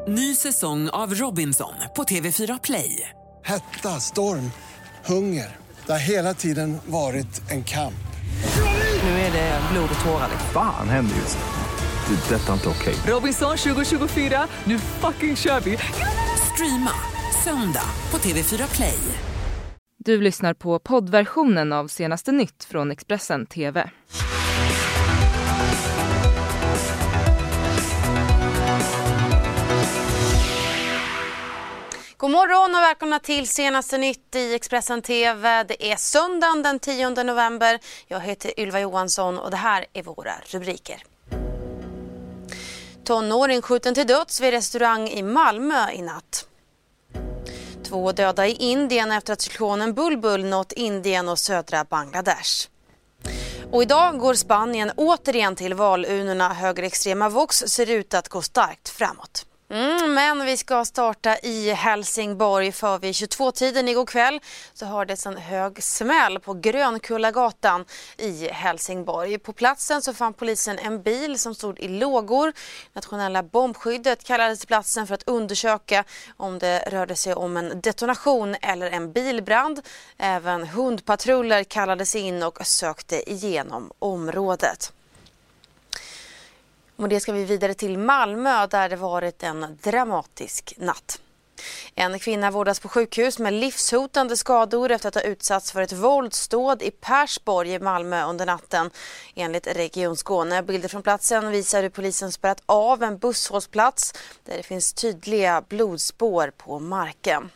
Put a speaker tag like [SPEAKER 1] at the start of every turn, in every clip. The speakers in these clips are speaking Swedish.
[SPEAKER 1] Ny säsong av Robinson på TV4 Play.
[SPEAKER 2] Hetta, storm, hunger. Det har hela tiden varit en kamp.
[SPEAKER 1] Nu är det blod och tårar.
[SPEAKER 3] Fan händer just nu. Det. Detta är inte okej.
[SPEAKER 1] Robinson 2024, nu fucking kör vi. Streama söndag på TV4 Play.
[SPEAKER 4] Du lyssnar på poddversionen av Senaste Nytt från Expressen TV.
[SPEAKER 5] God morgon och välkomna till Senaste Nytt i Expressen TV. Det är söndagen den 10 november. Jag heter Ylva Johansson och det här är våra rubriker. Tonåring skjuten till döds vid restaurang i Malmö i natt. 2 döda i Indien efter att cyklonen Bulbul nått Indien och södra Bangladesh. Och idag går Spanien återigen till valurnorna. Högerextrema Vox ser ut att gå starkt framåt. Men vi ska starta i Helsingborg, för vid 22-tiden igår kväll så hördes en hög smäll på Grönkullagatan i Helsingborg. På platsen så fann polisen en bil som stod i lågor. Nationella bombskyddet kallades till platsen för att undersöka om det rörde sig om en detonation eller en bilbrand. Även hundpatruller kallades in och sökte igenom området. Och det ska vi vidare till Malmö där det varit en dramatisk natt. En kvinna vårdas på sjukhus med livshotande skador efter att ha utsatts för ett våldsdåd i Persborg i Malmö under natten. Enligt Region Skåne. Bilder från platsen visar hur polisen spärrat av en busshållplats där det finns tydliga blodspår på marken.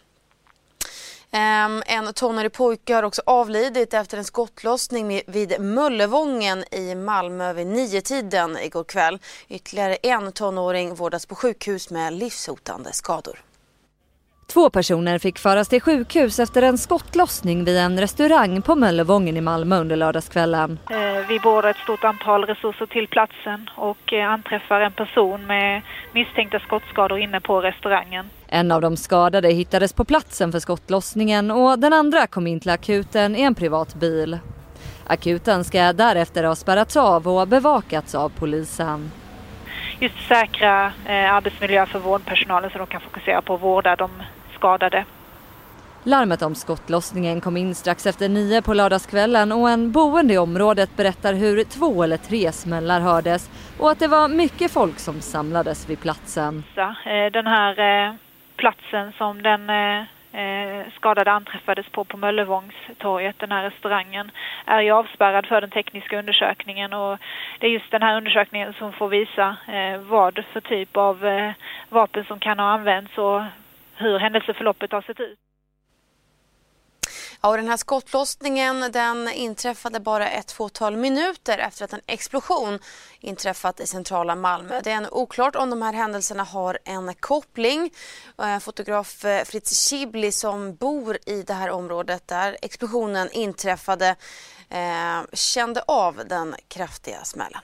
[SPEAKER 5] En tonårig pojke har också avlidit efter en skottlossning vid Möllevången i Malmö vid 9-tiden igår kväll. Ytterligare en tonåring vårdas på sjukhus med livshotande skador.
[SPEAKER 6] 2 personer fick föras till sjukhus efter en skottlossning vid en restaurang på Möllevången i Malmö under lördagskvällen.
[SPEAKER 7] Vi beordrar ett stort antal resurser till platsen och anträffar en person med misstänkta skottskador inne på restaurangen.
[SPEAKER 6] En av de skadade hittades på platsen för skottlossningen och den andra kom in till akuten i en privat bil. Akuten ska därefter ha spärrats av och bevakats av polisen.
[SPEAKER 7] Just säkra arbetsmiljö för vårdpersonalen så de kan fokusera på att vårda de skadade.
[SPEAKER 6] Larmet om skottlossningen kom in strax efter 9 på lördagskvällen och en boende i området berättar hur 2 eller 3 smällar hördes och att det var mycket folk som samlades vid platsen.
[SPEAKER 7] Den här platsen som den skadade anträffades på Möllevångstorget, den här restaurangen, är ju avspärrad för den tekniska undersökningen och det är just den här undersökningen som får visa vad för typ av vapen som kan ha använts och hur händelseförloppet har sett ut.
[SPEAKER 5] Ja, och den här skottlossningen den inträffade bara ett fåtal minuter efter att en explosion inträffat i centrala Malmö. Det är oklart om de här händelserna har en koppling. Fotograf Fritz Schibli som bor i det här området där explosionen inträffade kände av den kraftiga smällen.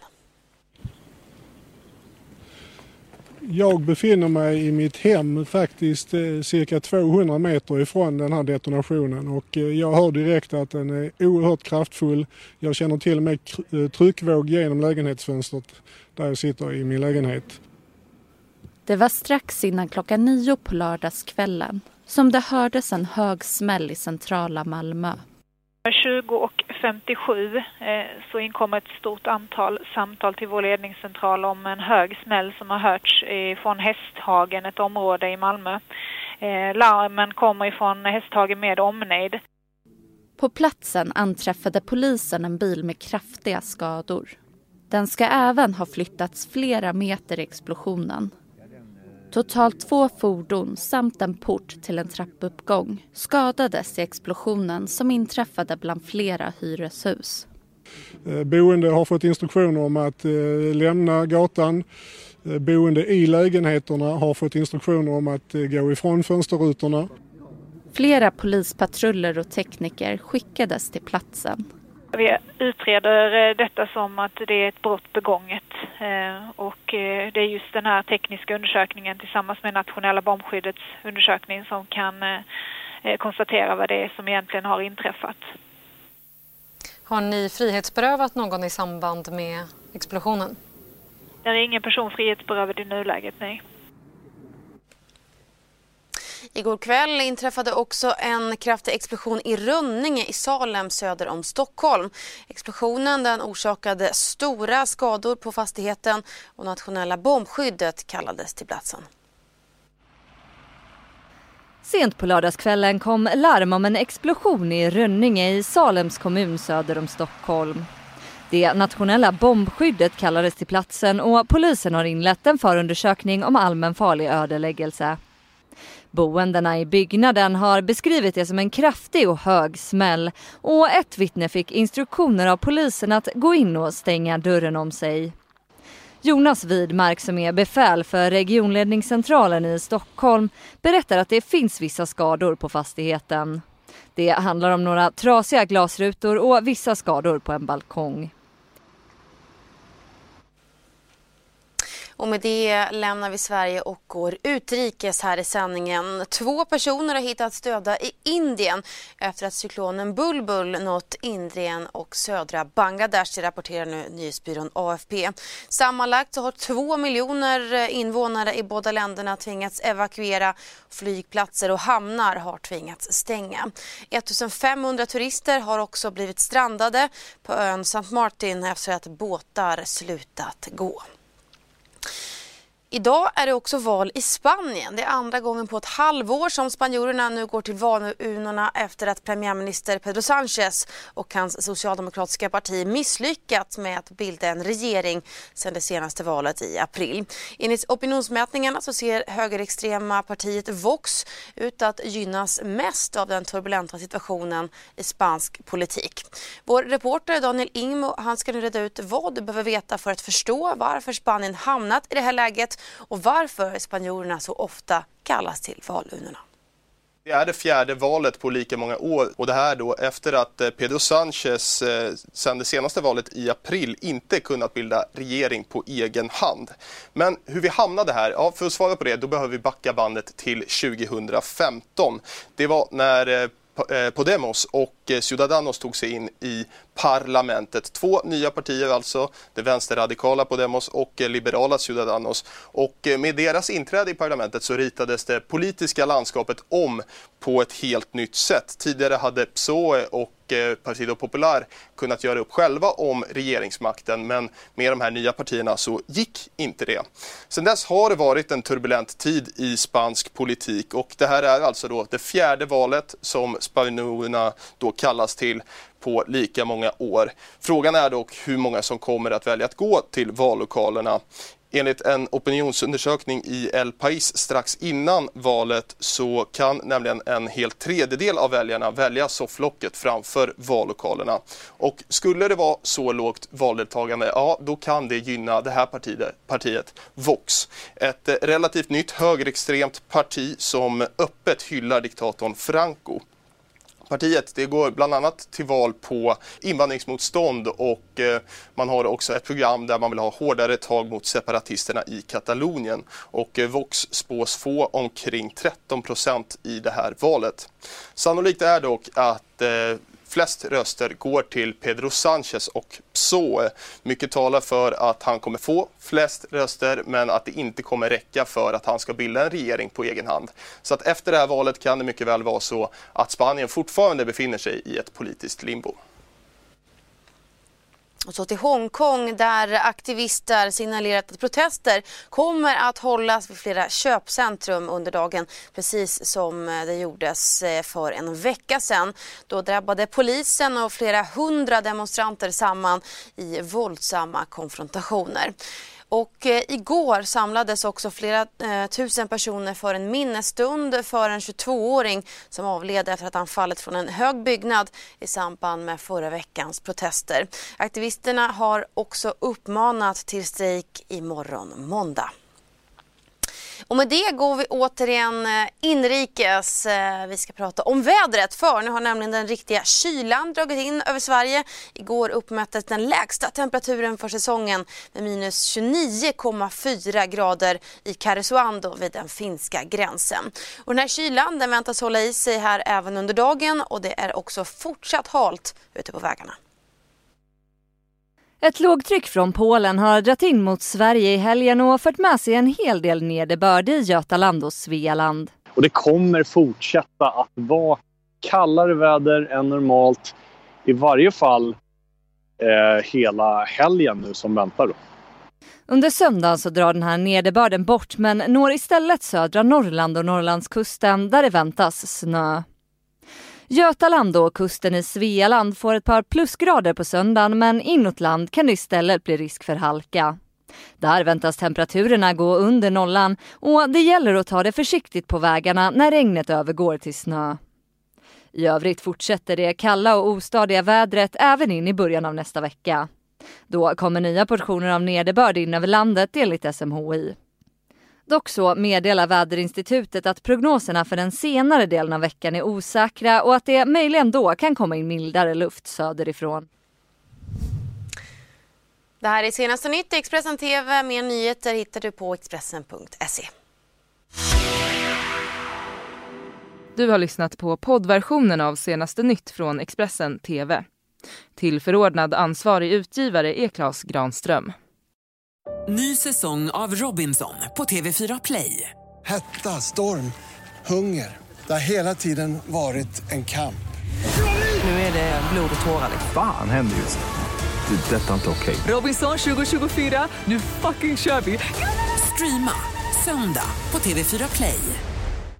[SPEAKER 8] Jag befinner mig i mitt hem faktiskt cirka 200 meter ifrån den här detonationen och jag hör direkt att den är oerhört kraftfull. Jag känner till och med tryckvåg genom lägenhetsfönstret där jag sitter i min lägenhet.
[SPEAKER 9] Det var strax innan 9 på lördagskvällen som det hördes en hög smäll i centrala Malmö.
[SPEAKER 7] 20:57 så inkom ett stort antal samtal till vår ledningscentral om en hög smäll som har hörts från Hästhagen, ett område i Malmö. Larmen kommer ifrån Hästhagen med omnejd.
[SPEAKER 9] På platsen anträffade polisen en bil med kraftiga skador. Den ska även ha flyttats flera meter i explosionen. Totalt 2 fordon samt en port till en trappuppgång skadades i explosionen som inträffade bland flera hyreshus.
[SPEAKER 8] Boende har fått instruktioner om att lämna gatan. Boende i lägenheterna har fått instruktioner om att gå ifrån fönsterrutorna.
[SPEAKER 9] Flera polispatruller och tekniker skickades till platsen.
[SPEAKER 7] Vi utreder detta som att det är ett brott begånget och det är just den här tekniska undersökningen tillsammans med nationella bombskyddets undersökning som kan konstatera vad det är som egentligen har inträffat.
[SPEAKER 10] Har ni frihetsberövat någon i samband med explosionen?
[SPEAKER 7] Det är ingen person frihetsberövad i nuläget, nej.
[SPEAKER 5] Igår kväll inträffade också en kraftig explosion i Rönninge i Salem söder om Stockholm. Explosionen den orsakade stora skador på fastigheten och nationella bombskyddet kallades till platsen.
[SPEAKER 6] Sent på lördagskvällen kom larm om en explosion i Rönninge i Salems kommun söder om Stockholm. Det nationella bombskyddet kallades till platsen och polisen har inlett en förundersökning om allmän farlig ödeläggelse. Boendena i byggnaden har beskrivit det som en kraftig och hög smäll och ett vittne fick instruktioner av polisen att gå in och stänga dörren om sig. Jonas Widmark som är befäl för regionledningscentralen i Stockholm berättar att det finns vissa skador på fastigheten. Det handlar om några trasiga glasrutor och vissa skador på en balkong.
[SPEAKER 5] Och med det lämnar vi Sverige och går utrikes här i sändningen. 2 personer har hittats döda i Indien efter att cyklonen Bulbul nått Indien och södra Bangladesh, det rapporterar nu nyhetsbyrån AFP. Sammanlagt så har 2 miljoner invånare i båda länderna tvingats evakuera. Flygplatser och hamnar har tvingats stänga. 1500 turister har också blivit strandade på ön St. Martin efter att båtar slutat gå. Idag är det också val i Spanien. Det är andra gången på ett halvår som spanjorerna nu går till valurnorna efter att premiärminister Pedro Sánchez och hans socialdemokratiska parti misslyckats med att bilda en regering sedan det senaste valet i april. Enligt opinionsmätningarna så ser högerextrema partiet Vox ut att gynnas mest av den turbulenta situationen i spansk politik. Vår reporter Daniel Ingmo, han ska nu reda ut vad du behöver veta för att förstå varför Spanien hamnat i det här läget och varför spanjorerna så ofta kallas till valurnorna.
[SPEAKER 11] Det är det 4:e valet på lika många år och det här då efter att Pedro Sánchez sedan det senaste valet i april inte kunnat bilda regering på egen hand. Men hur vi hamnade här, ja, för att svara på det då behöver vi backa bandet till 2015. Det var när Podemos och Ciudadanos tog sig in i parlamentet. 2 nya partier alltså, det vänsterradikala Podemos och liberala Ciudadanos. Och med deras inträde i parlamentet så ritades det politiska landskapet om på ett helt nytt sätt. Tidigare hade PSOE och Partido Popular kunnat göra upp själva om regeringsmakten, men med de här nya partierna så gick inte det. Sen dess har det varit en turbulent tid i spansk politik och det här är alltså då det 4:e valet som spanjorerna då kallas till på lika många år. Frågan är dock hur många som kommer att välja att gå till vallokalerna. Enligt en opinionsundersökning i El País strax innan valet så kan nämligen en hel tredjedel av väljarna välja sofflocket framför vallokalerna. Och skulle det vara så lågt valdeltagande, ja då kan det gynna det här partiet Vox. Ett relativt nytt högerextremt parti som öppet hyllar diktatorn Franco. Partiet det går bland annat till val på invandringsmotstånd och man har också ett program där man vill ha hårdare tag mot separatisterna i Katalonien. Och Vox spås få omkring 13% i det här valet. Sannolikt är dock att flest röster går till Pedro Sánchez och PSOE. Mycket talar för att han kommer få flest röster men att det inte kommer räcka för att han ska bilda en regering på egen hand. Så att efter det här valet kan det mycket väl vara så att Spanien fortfarande befinner sig i ett politiskt limbo.
[SPEAKER 5] Och så till Hongkong där aktivister signalerat att protester kommer att hållas vid flera köpcentrum under dagen. Precis som det gjordes för en vecka sedan. Då drabbade polisen och flera 100 demonstranter samman i våldsamma konfrontationer. Och igår samlades också flera tusen personer för en minnesstund för en 22-åring som avled efter att han fallit från en hög byggnad i samband med förra veckans protester. Aktivisterna har också uppmanat till strejk imorgon måndag. Och med det går vi återigen inrikes. Vi ska prata om vädret för nu har nämligen den riktiga kylan dragit in över Sverige. Igår uppmättes den lägsta temperaturen för säsongen med minus 29,4 grader i Karesuando vid den finska gränsen. Och den här kylan den väntas hålla i sig här även under dagen och det är också fortsatt halt ute på vägarna.
[SPEAKER 6] Ett lågtryck från Polen har dragit in mot Sverige i helgen och fört med sig en hel del nederbörd i Götaland och Svealand.
[SPEAKER 12] Och det kommer fortsätta att vara kallare väder än normalt. I varje fall hela helgen nu som väntar då.
[SPEAKER 6] Under söndagen så drar den här nederbörden bort men når istället södra Norrland och Norrlandskusten där det väntas snö. Götaland och kusten i Svealand får ett par plusgrader på söndagen men inåt land kan det istället bli risk för halka. Där väntas temperaturerna gå under nollan och det gäller att ta det försiktigt på vägarna när regnet övergår till snö. I övrigt fortsätter det kalla och ostadiga vädret även in i början av nästa vecka. Då kommer nya portioner av nederbörd in över landet enligt SMHI. Dock så meddelar väderinstitutet att prognoserna för den senare delen av veckan är osäkra och att det möjligen då kan komma in mildare luft söderifrån.
[SPEAKER 5] Det här är senaste nytt i Expressen TV. Mer nyheter hittar du på Expressen.se.
[SPEAKER 4] Du har lyssnat på poddversionen av senaste nytt från Expressen TV. Tillförordnad ansvarig utgivare är Claes Granström.
[SPEAKER 1] Ny säsong av Robinson på TV4 Play.
[SPEAKER 2] Hetta, storm, hunger. Det har hela tiden varit en kamp.
[SPEAKER 1] Nu är det blod och tårar.
[SPEAKER 3] Fan händer just det. Det är detta inte okej.
[SPEAKER 1] Robinson 2024, nu fucking kör vi. Streama söndag på TV4 Play.